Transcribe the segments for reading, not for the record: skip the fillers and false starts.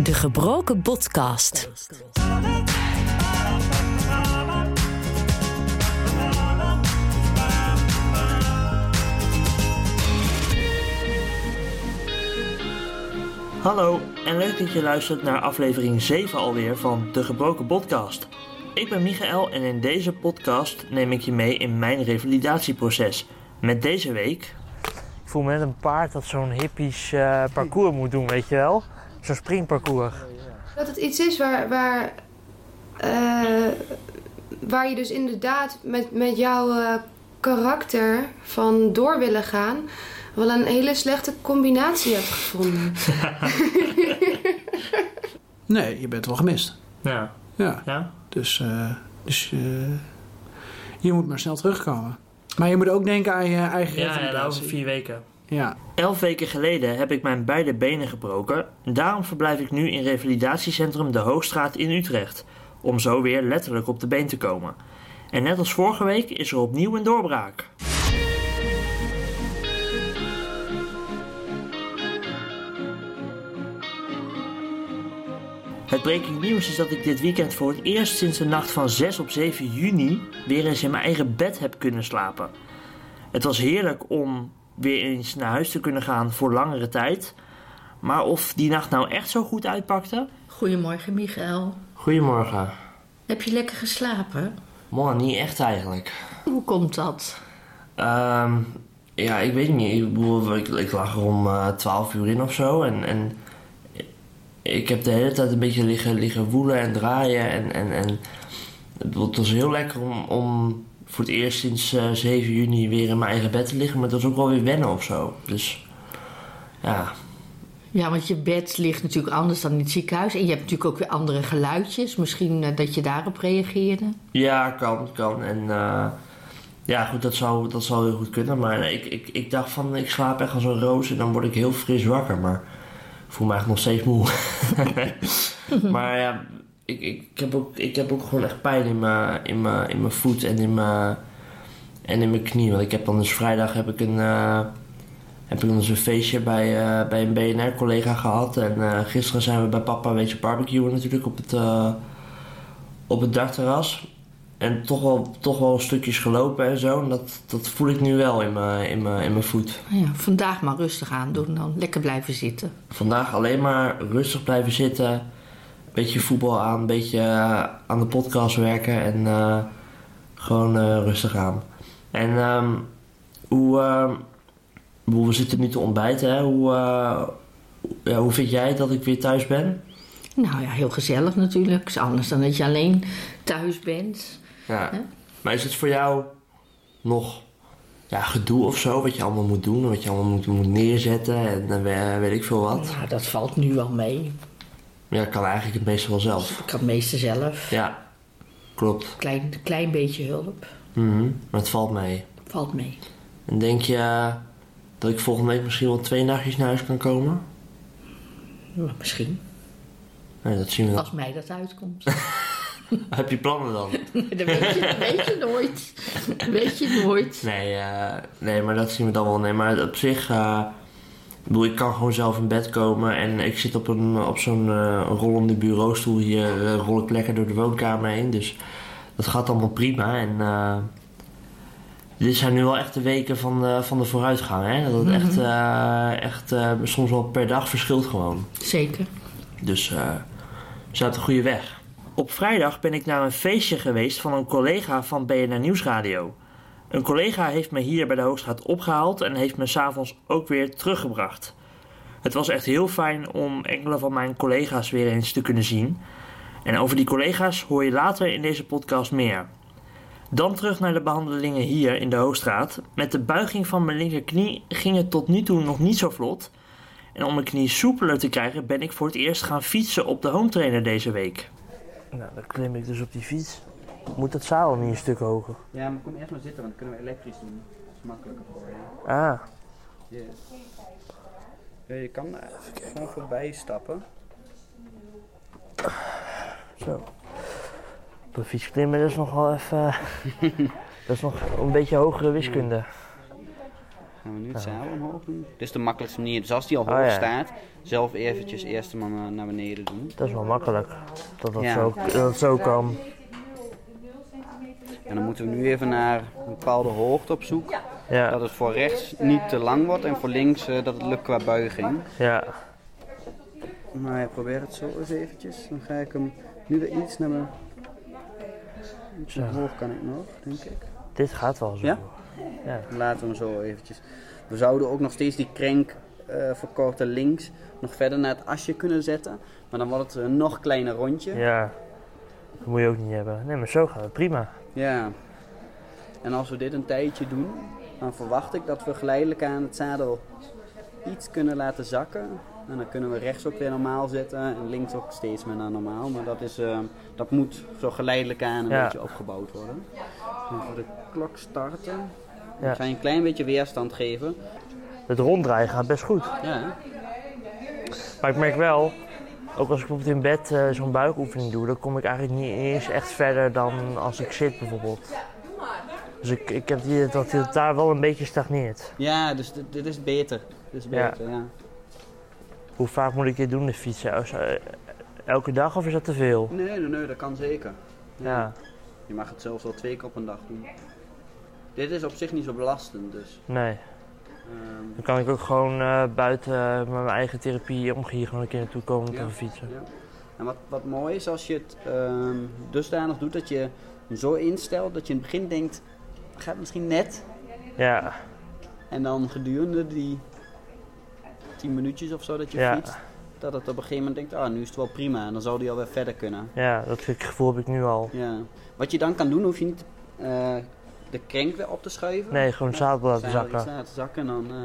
De Gebroken Podcast. Hallo en leuk dat je luistert naar aflevering 7 alweer van De Gebroken Podcast. Ik ben Michael en in deze podcast neem ik je mee in mijn revalidatieproces. Met deze week... Ik voel me net een paard dat zo'n hippisch parcours moet doen, weet je wel? Zo'n springparcours. Dat het iets is waar je dus inderdaad met jouw karakter van door willen gaan... wel een hele slechte combinatie hebt gevonden. Nee, je bent wel gemist. Ja. Ja? Dus je moet maar snel terugkomen. Maar je moet ook denken aan je eigen revalidatie. Ja, over 4 weken. Ja. 11 weken geleden heb ik mijn beide benen gebroken. Daarom verblijf ik nu in revalidatiecentrum De Hoogstraat in Utrecht. Om zo weer letterlijk op de been te komen. En net als vorige week is er opnieuw een doorbraak. Het breaking nieuws is dat ik dit weekend voor het eerst sinds de nacht van 6 op 7 juni weer eens in mijn eigen bed heb kunnen slapen. Het was heerlijk om weer eens naar huis te kunnen gaan voor langere tijd. Maar of die nacht nou echt zo goed uitpakte? Goedemorgen, Michael. Goedemorgen. Heb je lekker geslapen? Man, niet echt eigenlijk. Hoe komt dat? Ja, ik weet niet. Ik lag er om 12 uur in of zo en ik heb de hele tijd een beetje liggen woelen en draaien. En het was heel lekker om voor het eerst sinds 7 juni weer in mijn eigen bed te liggen. Maar het was ook wel weer wennen of zo. Dus ja. Ja, want je bed ligt natuurlijk anders dan in het ziekenhuis. En je hebt natuurlijk ook weer andere geluidjes. Misschien dat je daarop reageerde. Ja, kan. En ja, goed, dat zou heel goed kunnen. Maar nee, ik dacht van, ik slaap echt als een roos en dan word ik heel fris wakker. Maar ik voel me eigenlijk nog steeds moe. Maar ja, ik heb ook gewoon echt pijn in mijn voet en in mijn knie. Want ik heb dan dus vrijdag heb ik een feestje bij een BNR-collega gehad. En gisteren zijn we bij papa een beetje barbecuen natuurlijk op het dakterras. En toch wel stukjes gelopen en zo. En dat voel ik nu wel in mijn voet. Ja, vandaag maar rustig aan doen dan. Lekker blijven zitten. Vandaag alleen maar rustig blijven zitten. Een beetje voetbal aan. Een beetje aan de podcast werken. En gewoon rustig aan. En we zitten nu te ontbijten. Hè? Hoe vind jij dat ik weer thuis ben? Nou ja, heel gezellig natuurlijk. Het is anders dan dat je alleen thuis bent. Ja. Maar is het voor jou nog gedoe of zo? Wat je allemaal moet doen, wat je allemaal moet neerzetten en weet ik veel wat? Nou, dat valt nu wel mee. Ja, ik kan eigenlijk het meeste wel zelf. Ik kan het meeste zelf. Ja, klopt. Klein beetje hulp. Maar het valt mee. Valt mee. En denk je dat ik volgende week misschien wel 2 nachtjes naar huis kan komen? Nou, misschien. Nee, dat zien we dan. Als mij dat uitkomt. Heb je plannen dan? Dat weet je nooit. Weet je nooit. Nee, maar dat zien we dan wel. Nee, maar op zich... ik kan gewoon zelf in bed komen. En ik zit op zo'n rollende bureaustoel hier. Rol ik lekker door de woonkamer heen. Dus dat gaat allemaal prima. En dit zijn nu wel echt de weken van de vooruitgang. Hè? Dat het echt soms wel per dag verschilt gewoon. Zeker. Dus we zijn op de goede weg. Op vrijdag ben ik naar een feestje geweest van een collega van BNR Nieuwsradio. Een collega heeft me hier bij de Hoogstraat opgehaald en heeft me 's avonds ook weer teruggebracht. Het was echt heel fijn om enkele van mijn collega's weer eens te kunnen zien. En over die collega's hoor je later in deze podcast meer. Dan terug naar de behandelingen hier in de Hoogstraat. Met de buiging van mijn linkerknie ging het tot nu toe nog niet zo vlot. En om mijn knie soepeler te krijgen ben ik voor het eerst gaan fietsen op de home trainer deze week. Nou, dan klim ik dus op die fiets. Moet dat zadel niet een stuk hoger? Ja, maar kom eerst maar zitten, want dan kunnen we elektrisch doen. Dat is makkelijker voor je. Ah. Yes. Ja, je kan gewoon voorbij stappen. Zo. Op een fiets klimmen, dat is nog wel even... dat is nog een beetje hogere wiskunde. Gaan we nu het zadel omhoog doen. Dit is de makkelijkste manier. Dus als die al hoog staat, zelf eventjes eerst hem naar beneden doen. Dat is wel makkelijk. Dat het zo kan. En dan moeten we nu even naar een bepaalde hoogte op zoek. Ja. Dat het voor rechts niet te lang wordt en voor links dat het lukt qua buiging. Ja. Nou ja, probeer het zo eens eventjes. Dan ga ik hem nu weer iets naar mijn... Iets hoog kan ik nog, denk ik. Dit gaat wel zo. Ja? Ja. Laten we hem zo eventjes. We zouden ook nog steeds die krenk verkorten links nog verder naar het asje kunnen zetten. Maar dan wordt het een nog kleiner rondje. Ja. Dat moet je ook niet hebben. Nee, maar zo gaat het prima. Ja. En als we dit een tijdje doen, dan verwacht ik dat we geleidelijk aan het zadel iets kunnen laten zakken. En dan kunnen we rechts ook weer normaal zetten en links ook steeds meer naar normaal. Maar dat moet zo geleidelijk aan een beetje opgebouwd worden. Even de klok starten. Ja. Ik ga je een klein beetje weerstand geven. Het ronddraaien gaat best goed. Ja. Maar ik merk wel, ook als ik bijvoorbeeld in bed zo'n buikoefening doe, dan kom ik eigenlijk niet eens echt verder dan als ik zit bijvoorbeeld. Dus ik heb die dat het daar wel een beetje stagneert. Ja, dus dit is beter. Dit is beter, ja. Hoe vaak moet ik dit doen, de fietsen? Elke dag of is dat te veel? Nee, dat kan zeker. Ja. Je mag het zelfs wel 2 keer op een dag doen. Dit is op zich niet zo belastend, dus. Nee. Dan kan ik ook gewoon buiten met mijn eigen therapie om hier gewoon een keer naartoe komen te fietsen. Ja. En wat mooi is als je het dusdanig doet dat je hem zo instelt dat je in het begin denkt, gaat misschien net. Ja. En dan gedurende die 10 minuutjes of zo dat je fietst, dat het op een gegeven moment denkt, nu is het wel prima en dan zou die alweer verder kunnen. Ja, dat gevoel heb ik nu al. Ja. Wat je dan kan doen, hoef je niet de krenk weer op te schuiven. Nee, gewoon het zadel laten zakken. Laten zakken en dan,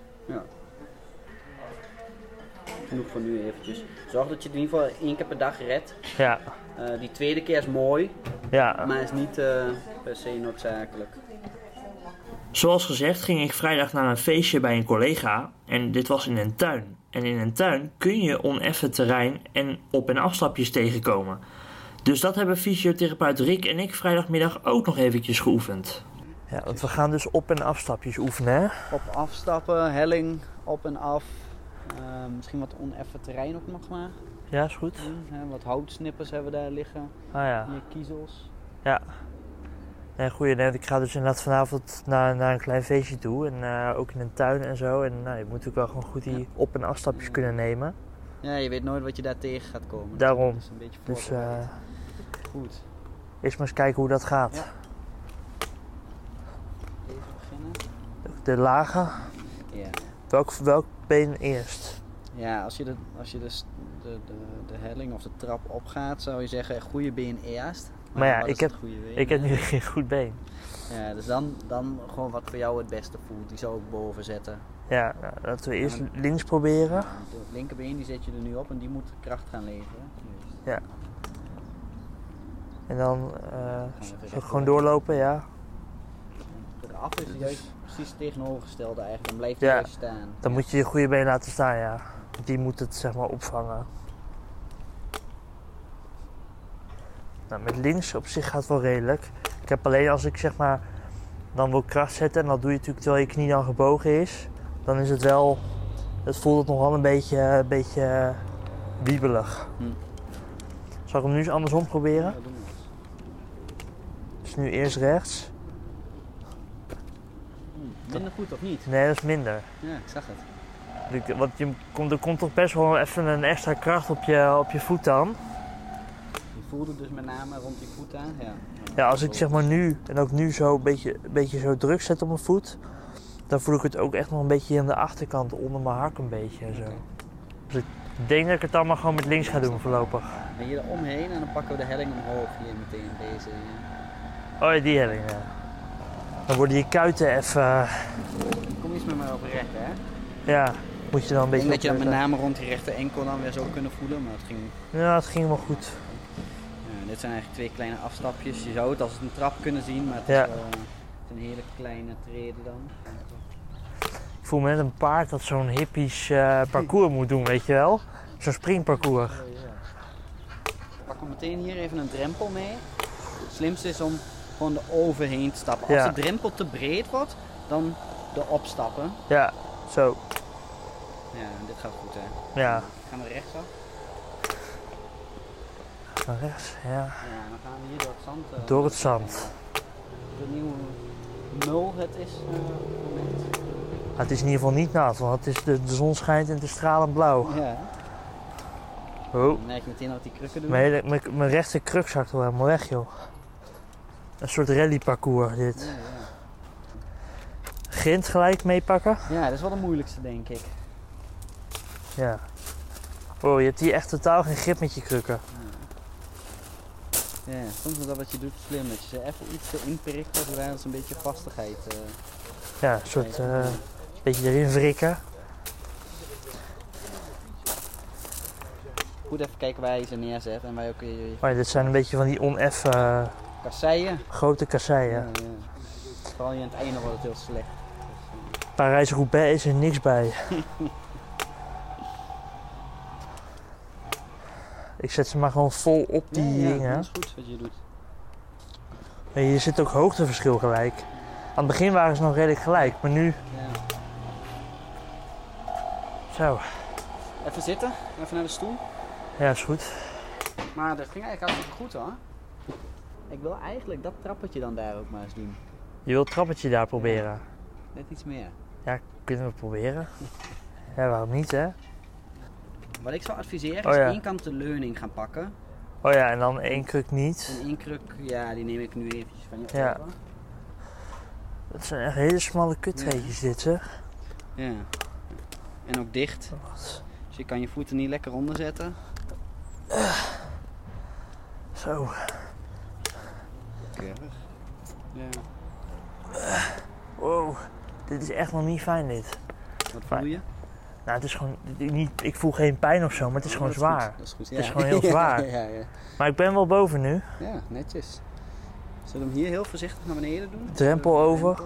genoeg voor nu eventjes. Zorg dat je het in ieder geval 1 keer per dag redt. Ja. Die tweede keer is mooi, ja. Maar is niet per se noodzakelijk. Zoals gezegd ging ik vrijdag naar een feestje bij een collega en dit was in een tuin. En in een tuin kun je oneffen terrein en op- en afstapjes tegenkomen. Dus dat hebben fysiotherapeut Rick en ik vrijdagmiddag ook nog eventjes geoefend. Ja, want we gaan dus op- en afstapjes oefenen, hè? Op afstappen, helling, op en af. Misschien wat oneffen terrein ook nog maar. Ja, is goed. Wat houtsnippers hebben we daar liggen. Ah ja. Meer kiezels. Ja. Nee, goeie. Nee, ik ga dus inderdaad vanavond naar een klein feestje toe. En ook in een tuin en zo. En je moet natuurlijk wel gewoon goed die op- en afstapjes kunnen nemen. Ja, je weet nooit wat je daar tegen gaat komen. Daarom. Dus een beetje dus goed. Eerst maar eens kijken hoe dat gaat. Ja. Even beginnen. De lagen. Ja. Welk been eerst? Ja, als je de helling of de trap opgaat, zou je zeggen goede been eerst. Maar ja, ik heb nu geen goed been. Ja, dus dan gewoon wat voor jou het beste voelt. Die zou ik boven zetten. Ja, nou, laten we eerst links proberen. Het linkerbeen die zet je er nu op en die moet kracht gaan leveren. Ja. En dan gewoon doorlopen, ja. De af is juist precies het tegenovergestelde eigenlijk. Dan blijft hij juist staan. Dan moet je je goede been laten staan, ja. Die moet het zeg maar opvangen. Nou, met links op zich gaat het wel redelijk. Ik heb alleen als ik zeg maar dan wil kracht zetten en dat doe je natuurlijk terwijl je knie dan gebogen is. Dan is het wel, het voelt het nog wel een beetje wiebelig. Zal ik hem nu eens andersom proberen? Ja, doe maar. Dus nu eerst rechts. Minder goed of niet? Nee, dat is minder. Ja, ik zag het. Want er komt toch best wel even een extra kracht op je voet dan. Je voelde dus met name rond je voet aan? Ja, als ik zeg maar nu en ook nu zo een beetje zo druk zet op mijn voet, dan voel ik het ook echt nog een beetje aan de achterkant, onder mijn hak een beetje en zo. Dus ik denk dat ik het dan maar gewoon met links ga doen voorlopig. En hier omheen en dan pakken we de helling omhoog hier meteen deze. Oh ja, die helling, ja. Dan worden je kuiten even... Kom eens met mij over recht, hè? Ja, moet je dan een beetje... Ik denk dat je dat met name rond die rechte enkel dan weer zo kunnen voelen, maar het ging... Ja, het ging wel goed. Ja, dit zijn eigenlijk 2 kleine afstapjes. Je zou het als een trap kunnen zien, maar het is wel een hele kleine treden dan. Ik voel me net een paard dat zo'n hippisch parcours moet doen, weet je wel? Zo'n springparcours. Pak hem meteen hier even een drempel mee. Het slimste is om gewoon er overheen te stappen. Als de drempel te breed wordt, dan erop stappen. Ja, zo. Ja, dit gaat goed hè. Ja. Gaan we rechtsaf? Naar rechts, ja. Ja, dan gaan we hier door het zand. Door het zand. De nieuwe nul het is op het moment. Het is in ieder geval niet nat, want het is de zon schijnt en het is stralend blauw. Ja. Oh. Dan merk je meteen wat die krukken doen. Mijn rechter kruk zakt wel helemaal weg, joh. Een soort rallyparcours dit. Ja, ja. Grind gelijk meepakken? Ja, dat is wel de moeilijkste denk ik. Ja. Wow, je hebt hier echt totaal geen grip met je krukken. Ja, soms is dat wat je doet slim. Dat je ze even iets te inprikt, zodat ze een beetje vastigheid. Ja, een soort beetje erin wrikken. Goed even kijken waar je ze neerzet en waar je ook je Maar dit zijn een beetje van die oneffen kasseien. grote kasseien. Ja, ja. Vooral hier aan het einde wordt het heel slecht. Dus, Parijs-Roubaix is er niks bij. Ik zet ze maar gewoon vol op die ja, dingen. dat is goed wat je doet. En hier zit ook hoogteverschil gelijk. Aan het begin waren ze nog redelijk gelijk, maar nu... Ja. Zo. Even zitten, even naar de stoel. Ja, is goed. Maar dat ging eigenlijk hartstikke goed hoor. Ik wil eigenlijk dat trappetje dan daar ook maar eens doen. Je wilt het trappetje daar proberen? Net iets meer. Ja, kunnen we proberen. Ja, waarom niet, hè? Wat ik zou adviseren Oh, is ja. één kant de leuning gaan pakken. Oh ja, en dan één kruk niet. En één kruk, ja, die neem ik nu eventjes van je Ja. over. Dat zijn echt hele smalle kuttreetjes dit, zeg. Ja. En ook dicht. Wat? Dus je kan je voeten niet lekker onder zetten. Zo. Keurig. Ja. Wow. Dit is echt nog niet fijn, dit. Wat voel je? Nou, het is gewoon niet... Ik voel geen pijn of zo, maar het is gewoon dat zwaar. Goed. Dat is goed. Het is gewoon heel zwaar. ja. Maar ik ben wel boven nu. Ja, netjes. Zullen we hem hier heel voorzichtig naar beneden doen? Drempel over.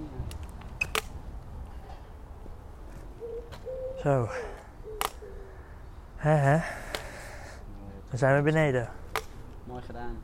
Zo. Hè. Dan zijn we beneden. Mooi gedaan.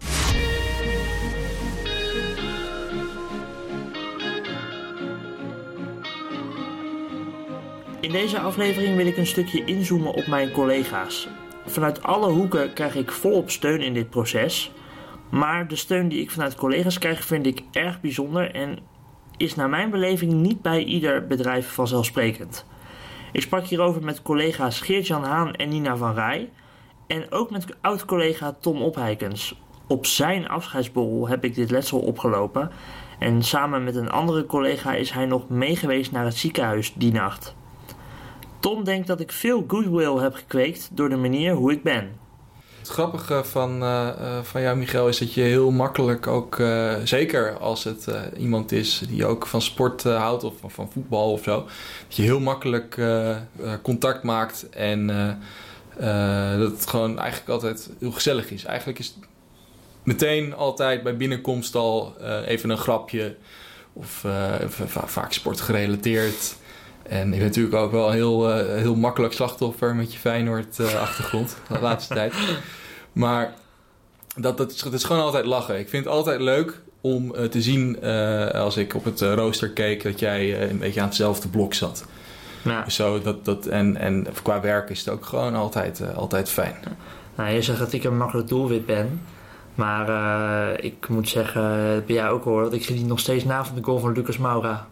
In deze aflevering wil ik een stukje inzoomen op mijn collega's. Vanuit alle hoeken krijg ik volop steun in dit proces. Maar de steun die ik vanuit collega's krijg vind ik erg bijzonder en is naar mijn beleving niet bij ieder bedrijf vanzelfsprekend. Ik sprak hierover met collega's Geert-Jan Haan en Nina van Rij en ook met oud-collega Tom Opheikens. Op zijn afscheidsborrel heb ik dit letsel opgelopen en samen met een andere collega is hij nog meegeweest naar het ziekenhuis die nacht. Tom denkt dat ik veel goodwill heb gekweekt door de manier hoe ik ben. Het grappige van jou, Michael, is dat je heel makkelijk ook, zeker als het iemand is die ook van sport houdt of van voetbal of zo, dat je heel makkelijk contact maakt en dat het gewoon eigenlijk altijd heel gezellig is. Eigenlijk is het meteen altijd bij binnenkomst al even een grapje of vaak sportgerelateerd. En je bent natuurlijk ook wel een heel makkelijk slachtoffer met je Feyenoord-achtergrond de laatste tijd. Maar dat is gewoon altijd lachen. Ik vind het altijd leuk om te zien als ik op het rooster keek dat jij een beetje aan hetzelfde blok zat. Nou, Zo, en qua werk is het ook gewoon altijd fijn. nou, je zegt dat ik een makkelijk doelwit ben. Maar ik moet zeggen, bij jou ook hoor, dat ik geniet nog steeds na van de goal van Lucas Moura.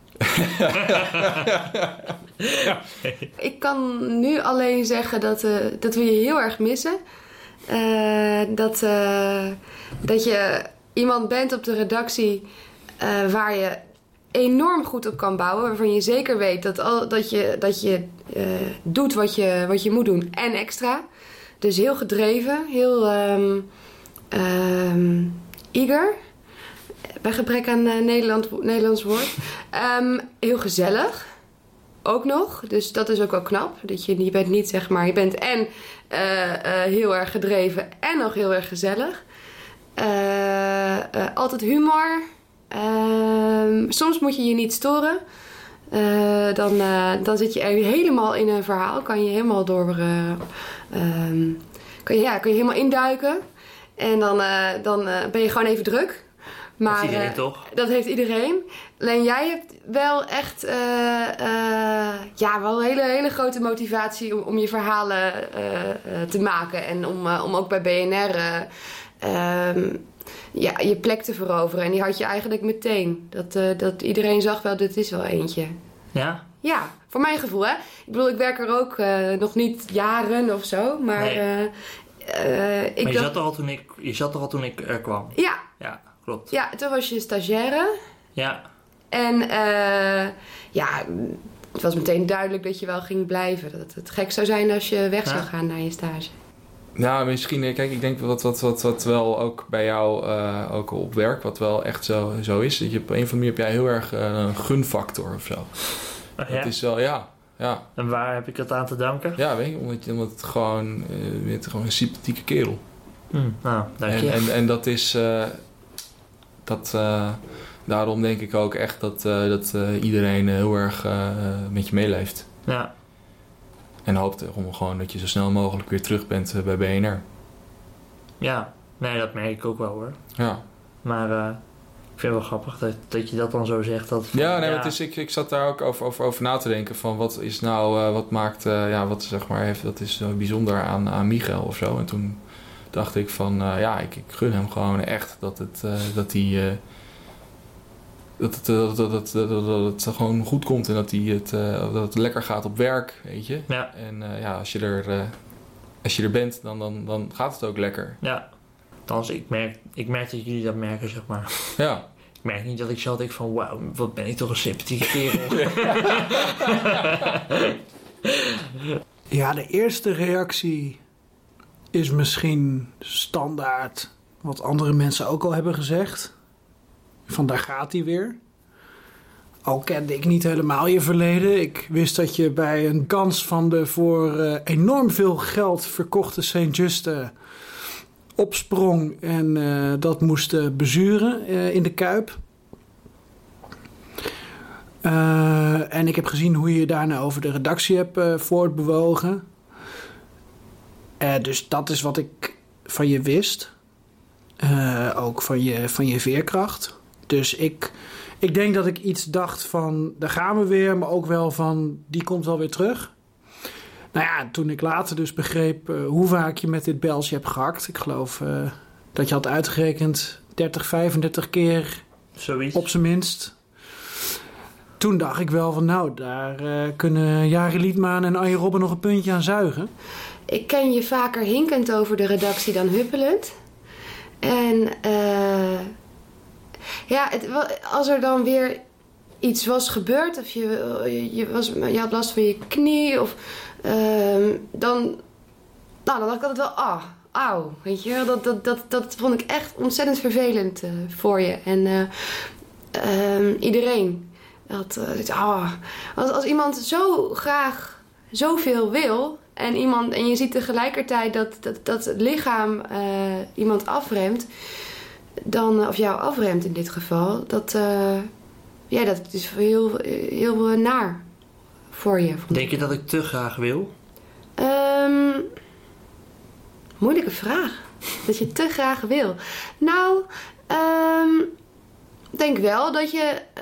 Ik kan nu alleen zeggen dat we je heel erg missen. Dat je iemand bent op de redactie waar je enorm goed op kan bouwen. Waarvan je zeker weet dat je doet wat je moet doen en extra. Dus heel gedreven, heel eager. Bij gebrek aan Nederlands woord. Heel gezellig. Ook nog. Dus dat is ook wel knap. Dat je bent niet zeg maar... Je bent en heel erg gedreven en nog heel erg gezellig. Altijd humor. Soms moet je je niet storen. Dan zit je helemaal in een verhaal. Kan je helemaal kan je helemaal induiken. En dan ben je gewoon even druk. Maar, Dat heeft iedereen toch? Dat heeft iedereen. Alleen jij hebt wel echt wel een hele grote motivatie om je verhalen te maken. En om ook bij BNR je plek te veroveren. En die had je eigenlijk meteen. Dat iedereen zag wel, dit is wel eentje. Ja? Ja, voor mijn gevoel, hè. Ik bedoel, ik werk er ook nog niet jaren of zo. Maar, Nee. je zat er al toen ik er kwam. Ja. Ja, klopt. Ja, toen was je stagiaire. Ja. En het was meteen duidelijk dat je wel ging blijven. Dat het gek zou zijn als je weg zou gaan naar je stage. Nou, misschien, kijk, ik denk wat wel ook bij jou ook op werk, wat wel echt zo is. Dat je op een of andere manier heb jij heel erg een gunfactor of zo. Ja? Het is wel, ja. En waar heb ik het aan te danken? Ja, weet je, omdat het gewoon, je bent gewoon een sympathieke kerel. Nou, dank je. En dat is, daarom denk ik ook echt dat iedereen heel erg met je meeleeft. Ja. En hoopt gewoon dat je zo snel mogelijk weer terug bent bij BNR. Ja, nee, dat merk ik ook wel hoor. Ja. Maar ik vind het wel grappig dat je dat dan zo zegt. Ik zat daar ook over na te denken van wat is nou, wat maakt, wat is bijzonder aan Michael of zo. En toen dacht ik van, ik gun hem gewoon echt dat het gewoon goed komt en dat het lekker gaat op werk, weet je. Ja. En als je er bent, dan gaat het ook lekker. Ja. Althans, ik merk dat jullie dat merken, zeg maar. Ja. Ik merk niet dat ik zo denk van, wauw, wat ben ik toch een sympathieke kerel. Ja, de eerste reactie is misschien standaard wat andere mensen ook al hebben gezegd. Van daar gaat hij weer. Al kende ik niet helemaal je verleden. Ik wist dat je bij een kans van de voor enorm veel geld verkochte St. Juste opsprong en dat moest bezuren in de Kuip. En ik heb gezien hoe je daarna over de redactie hebt voortbewogen. Dus dat is wat ik van je wist. Ook van je veerkracht. Dus ik denk dat ik iets dacht van, daar gaan we weer. Maar ook wel van, die komt wel weer terug. Nou ja, toen ik later dus begreep hoe vaak je met dit Belsje hebt gehakt. Ik geloof dat je had uitgerekend 30, 35 keer. Zoiets. Op zijn minst. Toen dacht ik wel van, nou, daar kunnen Jari Liedmaan en Arjen Robben nog een puntje aan zuigen. Ik ken je vaker hinkend over de redactie dan huppelend. En als er dan weer iets was gebeurd of je had last van je knie of dan dacht ik altijd wel, auw, weet je wel, dat vond ik echt ontzettend vervelend voor je. En iedereen als iemand zo graag zoveel wil en je ziet tegelijkertijd dat het lichaam iemand afremt, of jou afremt in dit geval, dat is heel, heel naar voor je. Denk je dat ik te graag wil? Moeilijke vraag. Dat je te graag wil. Nou, denk wel dat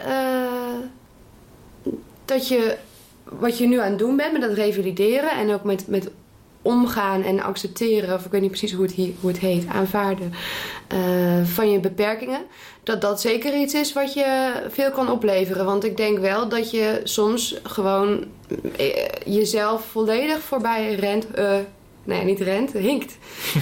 je wat je nu aan het doen bent met dat revalideren en ook met omgaan en accepteren, of ik weet niet precies hoe het heet, aanvaarden van je beperkingen, dat zeker iets is wat je veel kan opleveren. Want ik denk wel dat je soms gewoon jezelf volledig voorbij rent, hinkt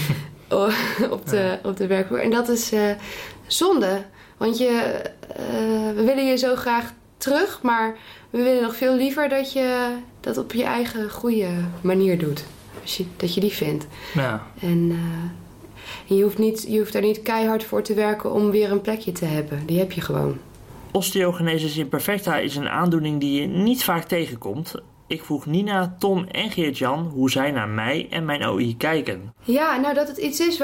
op de werkvloer. En dat is zonde, want we willen je zo graag terug, maar we willen nog veel liever dat je dat op je eigen goede manier doet. Dat je die vindt. Ja. En je hoeft daar niet keihard voor te werken om weer een plekje te hebben. Die heb je gewoon. Osteogenesis imperfecta is een aandoening die je niet vaak tegenkomt. Ik vroeg Nina, Tom en Geert-Jan hoe zij naar mij en mijn OI kijken. Ja, nou dat het iets is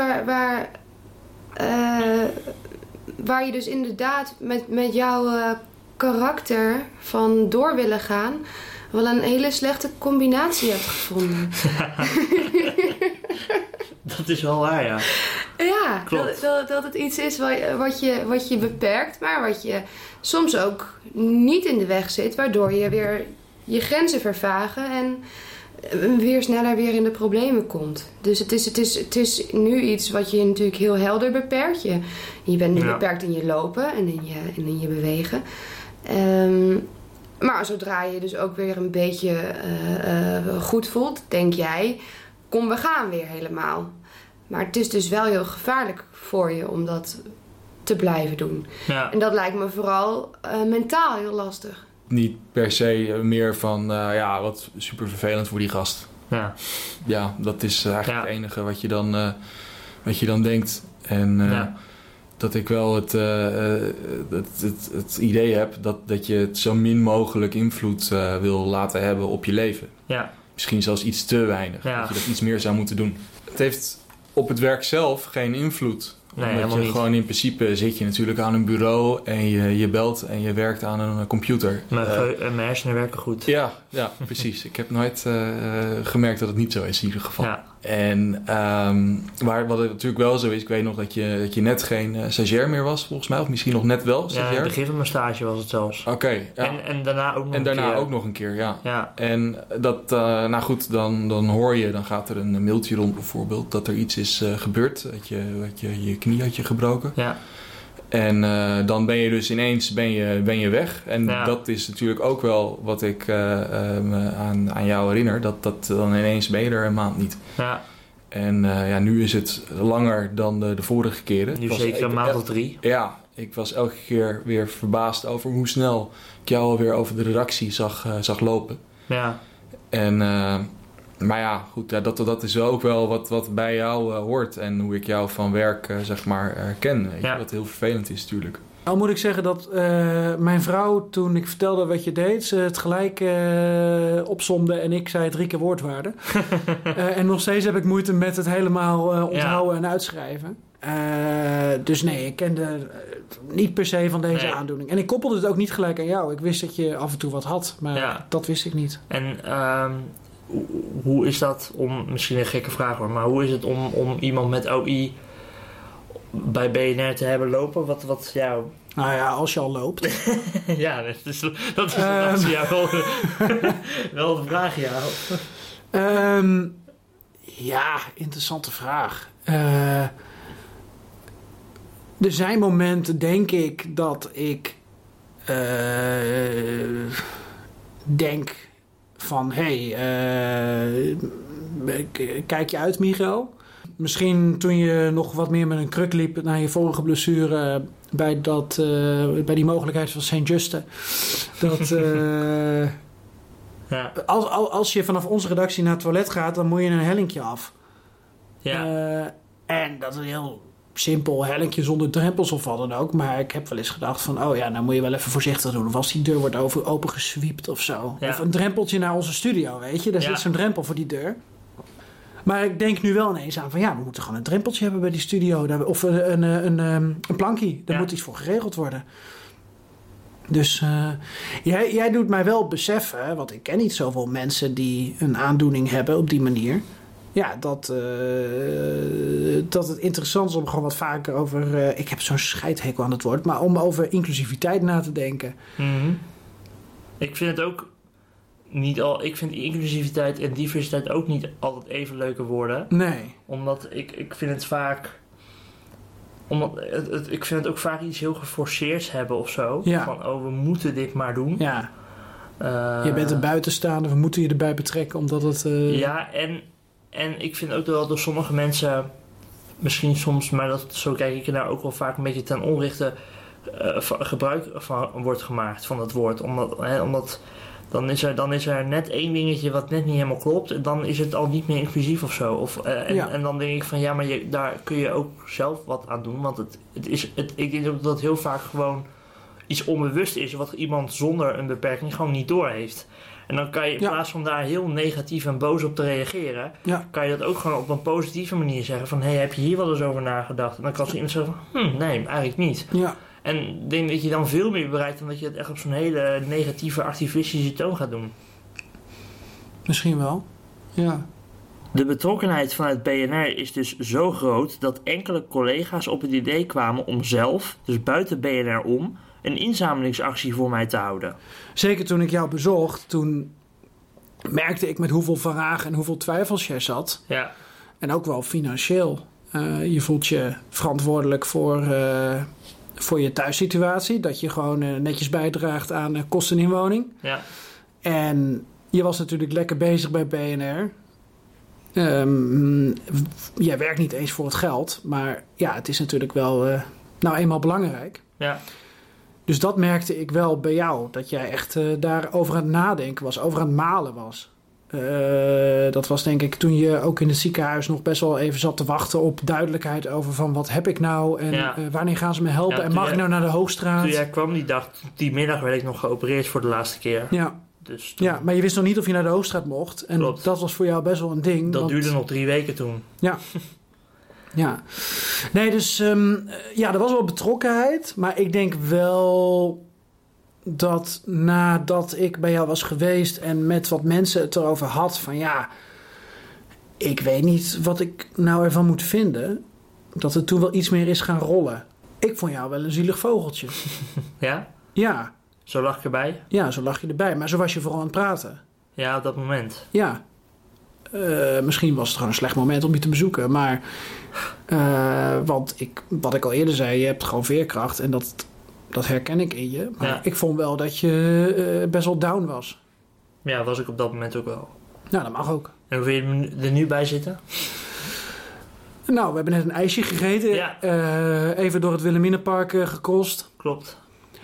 waar je dus inderdaad met jouw karakter van door willen gaan wel een hele slechte combinatie hebt gevonden. Dat is wel waar, ja. Ja, Klopt. dat het iets is wat je beperkt, maar wat je soms ook niet in de weg zit, waardoor je weer je grenzen vervagen en weer sneller weer in de problemen komt. Dus het is nu iets wat je natuurlijk heel helder beperkt. Je bent nu beperkt in je lopen en in je bewegen. Maar zodra je dus ook weer een beetje goed voelt, denk jij, kom, we gaan weer helemaal. Maar het is dus wel heel gevaarlijk voor je om dat te blijven doen. Ja. En dat lijkt me vooral mentaal heel lastig. Niet per se meer van, wat super vervelend voor die gast. Ja. Ja, dat is eigenlijk het enige wat je dan denkt. En dat ik wel het idee heb dat je het zo min mogelijk invloed wil laten hebben op je leven. Ja. Misschien zelfs iets te weinig. Ja. Dat je dat iets meer zou moeten doen. Het heeft op het werk zelf geen invloed. Nee, Omdat helemaal je niet. gewoon in principe zit je natuurlijk aan een bureau en je belt en je werkt aan een computer. Mijn hersenen werken goed. Ja, precies. Ik heb nooit gemerkt dat het niet zo is in ieder geval. Ja. En wat het natuurlijk wel zo is, ik weet nog dat je net geen stagiair meer was volgens mij, of misschien nog net wel Ja, in stagiair. het begin van mijn stage was het zelfs. Oké, ja. En daarna ook nog En daarna een keer. ook nog een keer, ja. Ja. En dat, nou goed, dan hoor je, dan gaat er een mailtje rond bijvoorbeeld, dat er iets is gebeurd, dat je knie had je gebroken. Ja. En dan ben je dus ineens ben je weg. En dat is natuurlijk ook wel wat ik me aan jou herinner, dat dan ineens ben je er een maand niet. Ja. En nu is het langer dan de vorige keren. Nu zeker een maand of 3. Ja, ik was elke keer weer verbaasd over hoe snel ik jou alweer over de redactie zag lopen. Ja. En, maar ja, goed, dat is ook wel wat bij jou hoort. En hoe ik jou van werk, zeg maar, ken. Weet je, wat heel vervelend is natuurlijk. Al moet ik zeggen dat mijn vrouw, toen ik vertelde wat je deed, ze het gelijk opsomde en ik zei 3 keer woordwaarde. En nog steeds heb ik moeite met het helemaal onthouden en uitschrijven. Dus nee, ik kende niet per se van deze aandoening. En ik koppelde het ook niet gelijk aan jou. Ik wist dat je af en toe wat had, maar dat wist ik niet. En hoe is dat misschien een gekke vraag hoor, maar hoe is het om iemand met OI bij BNR te hebben lopen? Wat jouw... Nou ja, als je al loopt. Ja, dat is wel de vraag, ja. Ja, interessante vraag. Er zijn momenten, denk ik, dat ik denk van... kijk je uit, Michael? Misschien toen je nog wat meer met een kruk liep na je vorige blessure... bij die mogelijkheid van St. Juste. Dat... Ja. Als je vanaf onze redactie naar het toilet gaat, dan moet je een hellinkje af. Ja. En dat is een heel simpel hellinkje zonder drempels of wat dan ook. Maar ik heb wel eens gedacht van, nou moet je wel even voorzichtig doen. Of als die deur wordt opengeswiept of zo. Ja. Of een drempeltje naar onze studio, weet je. Daar zit zo'n drempel voor die deur. Maar ik denk nu wel ineens aan van, we moeten gewoon een drempeltje hebben bij die studio. Of een plankje. Daar moet iets voor geregeld worden. Dus jij doet mij wel beseffen, want ik ken niet zoveel mensen die een aandoening hebben op die manier. Ja, dat het interessant is om gewoon wat vaker over... ik heb zo'n scheidhekel aan het woord, maar om over inclusiviteit na te denken. Mm-hmm. Ik vind het ook ik vind inclusiviteit en diversiteit ook niet altijd even leuke woorden. Nee. Omdat ik vind het vaak... ik vind het ook vaak iets heel geforceerds hebben of zo. Ja. Van, we moeten dit maar doen. Ja. Je bent een buitenstaander, we moeten je erbij betrekken omdat het... Ja, en ik vind ook dat door sommige mensen... Misschien soms, maar zo kijk ik er nou ook wel vaak een beetje ten onrechte... gebruik van wordt gemaakt van dat woord. Omdat dan is er net één dingetje wat net niet helemaal klopt. En dan is het al niet meer inclusief of zo. En dan denk ik van maar daar kun je ook zelf wat aan doen. Want ik denk ook dat het heel vaak gewoon iets onbewust is. Wat iemand zonder een beperking gewoon niet doorheeft. En dan kan je in plaats van daar heel negatief en boos op te reageren. Kan je dat ook gewoon op een positieve manier zeggen. Van heb je hier wel eens over nagedacht? En dan kan zo iemand zeggen van nee, eigenlijk niet. Ja. En ik denk dat je dan veel meer bereikt dan dat je het echt op zo'n hele negatieve, activistische toon gaat doen. Misschien wel, ja. De betrokkenheid vanuit BNR is dus zo groot dat enkele collega's op het idee kwamen om zelf, dus buiten BNR om, een inzamelingsactie voor mij te houden. Zeker toen ik jou bezocht, toen merkte ik met hoeveel vragen en hoeveel twijfels jij zat. Ja. En ook wel financieel. Je voelt je verantwoordelijk voor je thuissituatie. Dat je gewoon netjes bijdraagt aan kosten en inwoning. Ja. En je was natuurlijk lekker bezig bij BNR. Jij werkt niet eens voor het geld. Maar ja, het is natuurlijk wel nou eenmaal belangrijk. Ja. Dus dat merkte ik wel bij jou. Dat jij echt daarover aan het nadenken was. Over aan het malen was. Dat was denk ik toen je ook in het ziekenhuis nog best wel even zat te wachten op duidelijkheid over van wat heb ik nou en wanneer gaan ze me helpen en mag ik nou naar de Hoogstraat? Toen jij kwam die middag werd ik nog geopereerd voor de laatste keer. Ja. Dus toen... Ja, maar je wist nog niet of je naar de Hoogstraat mocht. En Klopt. Dat was voor jou best wel een ding. Dat duurde nog 3 weken toen. Ja. Ja. Nee, dus er was wel betrokkenheid. Maar ik denk wel dat nadat ik bij jou was geweest en met wat mensen het erover had van ja, ik weet niet wat ik nou ervan moet vinden, dat het toen wel iets meer is gaan rollen. Ik vond jou wel een zielig vogeltje. Ja? Ja. Zo lag ik erbij? Ja, zo lag je erbij. Maar zo was je vooral aan het praten. Ja, op dat moment. Ja. Misschien was het gewoon een slecht moment om je te bezoeken. Maar, want wat ik al eerder zei, je hebt gewoon veerkracht. En dat herken ik in je. Maar ik vond wel dat je best wel down was. Ja, was ik op dat moment ook wel. Nou, dat mag ook. En hoe wil je er nu bij zitten? Nou, we hebben net een ijsje gegeten. Ja. Even door het Wilhelminapark gekost. Klopt.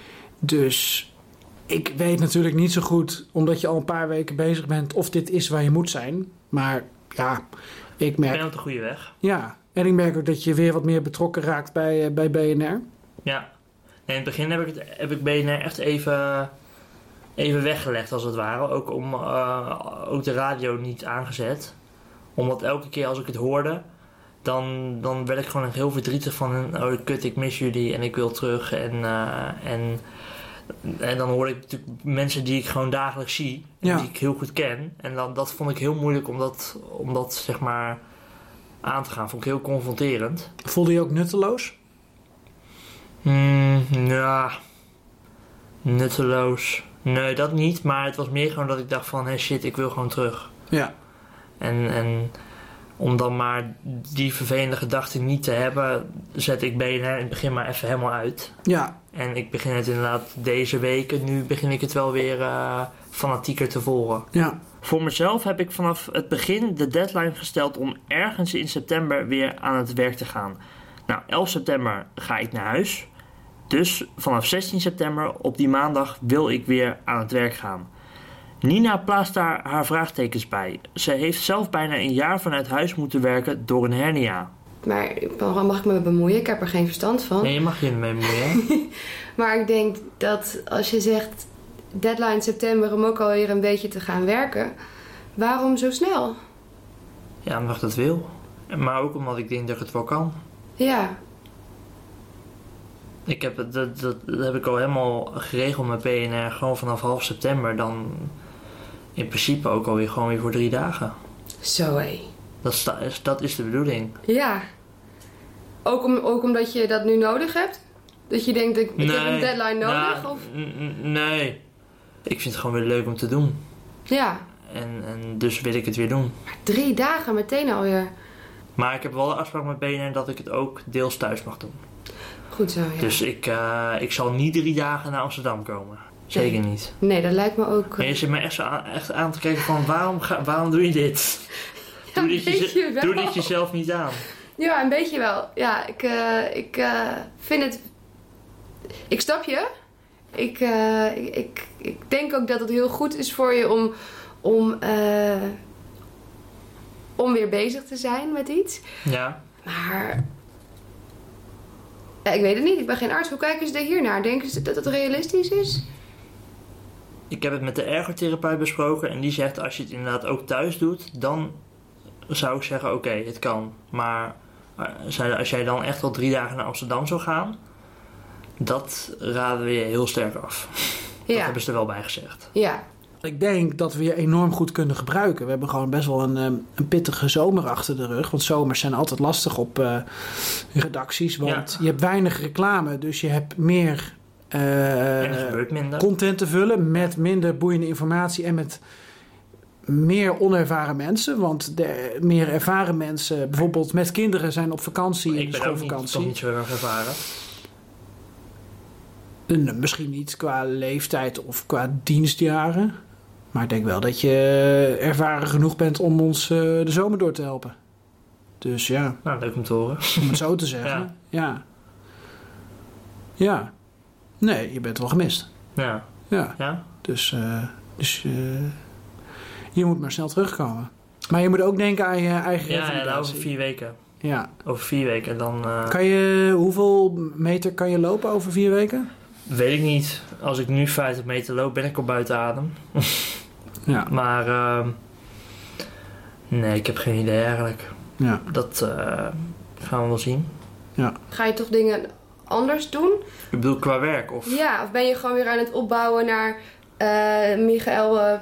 Dus ik weet natuurlijk niet zo goed, omdat je al een paar weken bezig bent, of dit is waar je moet zijn. Maar ja, ik merk... Ik ben op de goede weg. Ja, en ik merk ook dat je weer wat meer betrokken raakt bij BNR. Ja. Nee, in het begin heb ik BNR echt even weggelegd als het ware. Ook om ook de radio niet aangezet. Omdat elke keer als ik het hoorde, dan werd ik gewoon echt heel verdrietig van oh kut, ik mis jullie en ik wil terug. En dan hoorde ik natuurlijk mensen die ik gewoon dagelijks zie. En die ik heel goed ken. En dat vond ik heel moeilijk om dat zeg maar aan te gaan. Vond ik heel confronterend. Voelde je ook nutteloos? Ja, nutteloos. Nee, dat niet. Maar het was meer gewoon dat ik dacht van shit, ik wil gewoon terug. Ja. En om dan maar die vervelende gedachten niet te hebben, zet ik BNR in het begin maar even helemaal uit. Ja. En ik begin het inderdaad deze weken, nu begin ik het wel weer fanatieker te volgen. Ja. Voor mezelf heb ik vanaf het begin de deadline gesteld om ergens in september weer aan het werk te gaan. Nou, 11 september ga ik naar huis. Dus vanaf 16 september op die maandag wil ik weer aan het werk gaan. Nina plaatst daar haar vraagtekens bij. Ze heeft zelf bijna een jaar vanuit huis moeten werken door een hernia. Maar mag ik me bemoeien? Ik heb er geen verstand van. Nee, je mag je ermee bemoeien. Maar ik denk dat als je zegt deadline september om ook alweer een beetje te gaan werken, waarom zo snel? Ja, omdat ik dat wil. Maar ook omdat ik denk dat ik het wel kan. Ja. Ik heb dat heb ik al helemaal geregeld met BNR. Gewoon vanaf half september. Dan in principe ook alweer gewoon weer voor 3 dagen. Zo hé. Dat is de bedoeling. Ja. Ook omdat je dat nu nodig hebt? Dat je denkt, ik heb een deadline nodig? Of? Nee. Ik vind het gewoon weer leuk om te doen. Ja. En dus wil ik het weer doen. Maar 3 dagen meteen alweer. Maar ik heb wel de afspraak met BNR dat ik het ook deels thuis mag doen. Goed zo, ja. Dus ik zal niet 3 dagen naar Amsterdam komen. Zeker niet. Nee, dat lijkt me ook... Maar je zit me echt aan te kijken van waarom doe je dit? Ja, doe dit jezelf niet aan. Ja, een beetje wel. Ja, ik vind het... Ik snap je. Ik denk ook dat het heel goed is voor je om weer bezig te zijn met iets. Ja. Maar... Ja, ik weet het niet. Ik ben geen arts. Hoe kijken ze er hier naar? Denken ze dat het realistisch is? Ik heb het met de ergotherapeut besproken. En die zegt als je het inderdaad ook thuis doet, dan zou ik zeggen oké, het kan. Maar als jij dan echt al 3 dagen naar Amsterdam zou gaan, dat raden we je heel sterk af. Dat hebben ze er wel bij gezegd. Ja. Ik denk dat we je enorm goed kunnen gebruiken. We hebben gewoon best wel een pittige zomer achter de rug. Want zomers zijn altijd lastig op redacties. Want je hebt weinig reclame. Dus je hebt meer en er gebeurt minder. Content te vullen met minder boeiende informatie. En met meer onervaren mensen. Want de meer ervaren mensen, bijvoorbeeld met kinderen, zijn op vakantie in de schoolvakantie. Ik ben ook niet zo erg ervaren. Misschien niet qua leeftijd of qua dienstjaren. Maar ik denk wel dat je ervaren genoeg bent om ons de zomer door te helpen. Dus ja. Nou, leuk om te horen. Om het zo te zeggen. Ja. Nee, je bent wel gemist. Ja. Dus je moet maar snel terugkomen. Maar je moet ook denken aan je eigen revalidatie. Ja, over 4 weken. Ja. Over 4 weken dan... Hoeveel meter kan je lopen over 4 weken? Weet ik niet. Als ik nu 50 meter loop, ben ik al buiten adem. Ja. Maar nee, ik heb geen idee eigenlijk. Ja. Dat gaan we wel zien. Ja. Ga je toch dingen anders doen? Ik bedoel qua werk? Of ben je gewoon weer aan het opbouwen naar Michael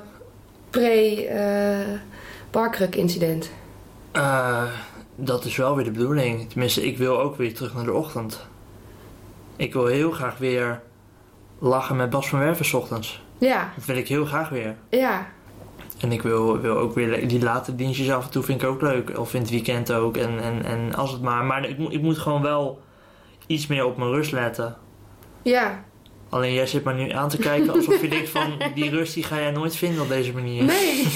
pre-Barkruk incident? Dat is wel weer de bedoeling. Tenminste, ik wil ook weer terug naar de ochtend. Ik wil heel graag weer lachen met Bas van Werven 's ochtends. Ja. Dat wil ik heel graag weer. Ja. En ik wil ook weer die late dienstjes af en toe vind ik ook leuk. Of in het weekend ook. En als het maar ik moet gewoon wel iets meer op mijn rust letten. Ja. Alleen jij zit me nu aan te kijken alsof je denkt van die rust die ga jij nooit vinden op deze manier. Nee.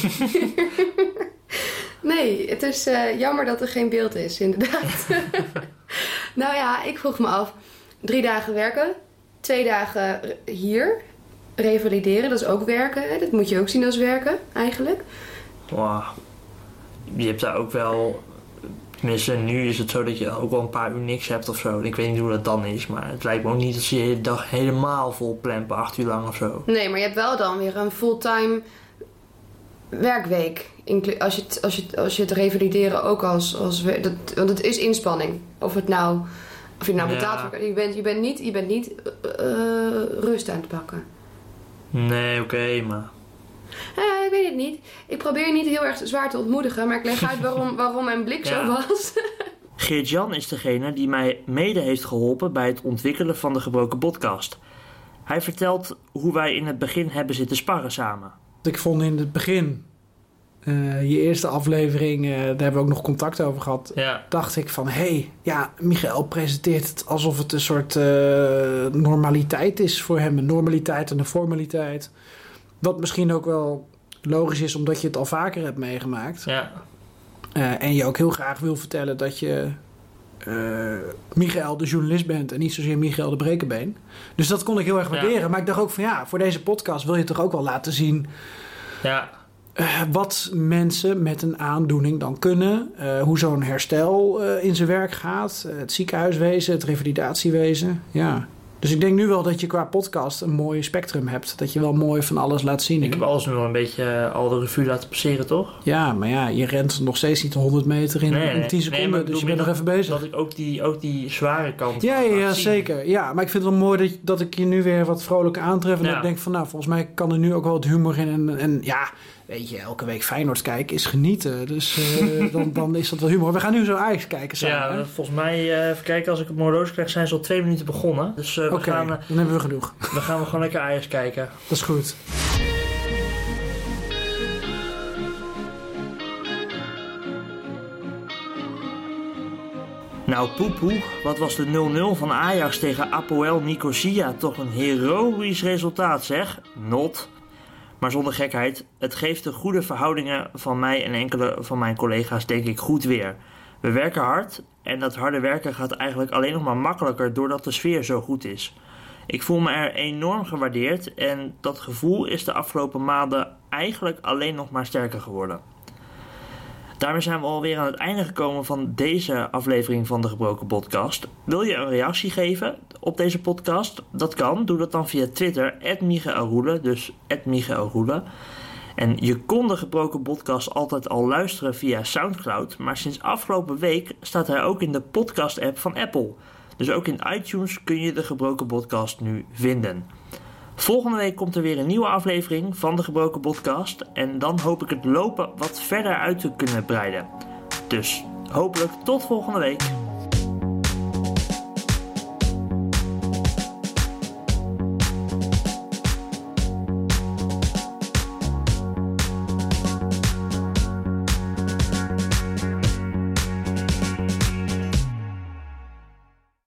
Nee, het is jammer dat er geen beeld is, inderdaad. Nou ja, ik vroeg me af. 3 dagen werken, 2 dagen hier, revalideren, dat is ook werken. Hè? Dat moet je ook zien als werken, eigenlijk. Wow. Je hebt daar ook wel... Tenminste, nu is het zo dat je ook wel een paar uur niks hebt of zo. Ik weet niet hoe dat dan is, maar het lijkt me ook niet dat ze je hele dag helemaal vol plempen, 8 uur lang of zo. Nee, maar je hebt wel dan weer een fulltime werkweek. Als je het revalideren ook als want het is inspanning. Of je nou betaald wordt. Je bent niet rust aan het pakken. Nee, oké, maar... Ik weet het niet. Ik probeer niet heel erg zwaar te ontmoedigen, maar ik leg uit waarom mijn blik zo was. Geert-Jan is degene die mij mede heeft geholpen bij het ontwikkelen van de Gebroken Podcast. Hij vertelt hoe wij in het begin hebben zitten sparren samen. Ik vond in het begin, je eerste aflevering, daar hebben we ook nog contact over gehad. Ja. Dacht ik van, Michael presenteert het alsof het een soort normaliteit is voor hem. Een normaliteit en een formaliteit. Wat misschien ook wel logisch is, omdat je het al vaker hebt meegemaakt. Ja. En je ook heel graag wil vertellen dat je Michael de journalist bent en niet zozeer Michael de Brekenbeen. Dus dat kon ik heel erg waarderen. Ja. Maar ik dacht ook van voor deze podcast wil je toch ook wel laten zien wat mensen met een aandoening dan kunnen. Hoe zo'n herstel in zijn werk gaat. Het ziekenhuiswezen, het revalidatiewezen. Ja. Dus ik denk nu wel dat je qua podcast een mooi spectrum hebt. Dat je wel mooi van alles laat zien. Ik heb alles nu wel een beetje al de revue laten passeren, toch? Ja, maar je rent nog steeds niet 100 meter in 10 seconden. Nee, dus je bent nog even bezig. Dat ik ook die zware kant Ja, zeker. Ja, maar ik vind het wel mooi dat ik je nu weer wat vrolijk aantref. En dat ik denk van, volgens mij kan er nu ook wel wat humor in. En weet je, elke week Feyenoord kijken is genieten. Dus dan is dat wel humor. We gaan nu zo Ajax kijken samen. Ja, volgens mij, even kijken, als ik op mijn horloge krijg, zijn ze al 2 minuten begonnen. Dus Oké, dan hebben we genoeg. Dan gaan we gewoon lekker Ajax kijken. Dat is goed. Nou poepoe, wat was de 0-0 van Ajax tegen Apoel Nicosia toch een heroïsch resultaat zeg? Not. Maar zonder gekheid, het geeft de goede verhoudingen van mij en enkele van mijn collega's denk ik goed weer. We werken hard en dat harde werken gaat eigenlijk alleen nog maar makkelijker doordat de sfeer zo goed is. Ik voel me er enorm gewaardeerd en dat gevoel is de afgelopen maanden eigenlijk alleen nog maar sterker geworden. Daarmee zijn we alweer aan het einde gekomen van deze aflevering van de Gebroken Podcast. Wil je een reactie geven op deze podcast? Dat kan. Doe dat dan via Twitter, @MichaelRoelen, dus @MichaelRoelen. En je kon de Gebroken Podcast altijd al luisteren via Soundcloud, maar sinds afgelopen week staat hij ook in de podcast-app van Apple. Dus ook in iTunes kun je de Gebroken Podcast nu vinden. Volgende week komt er weer een nieuwe aflevering van de Gebroken Podcast. En dan hoop ik het lopen wat verder uit te kunnen breiden. Dus hopelijk tot volgende week.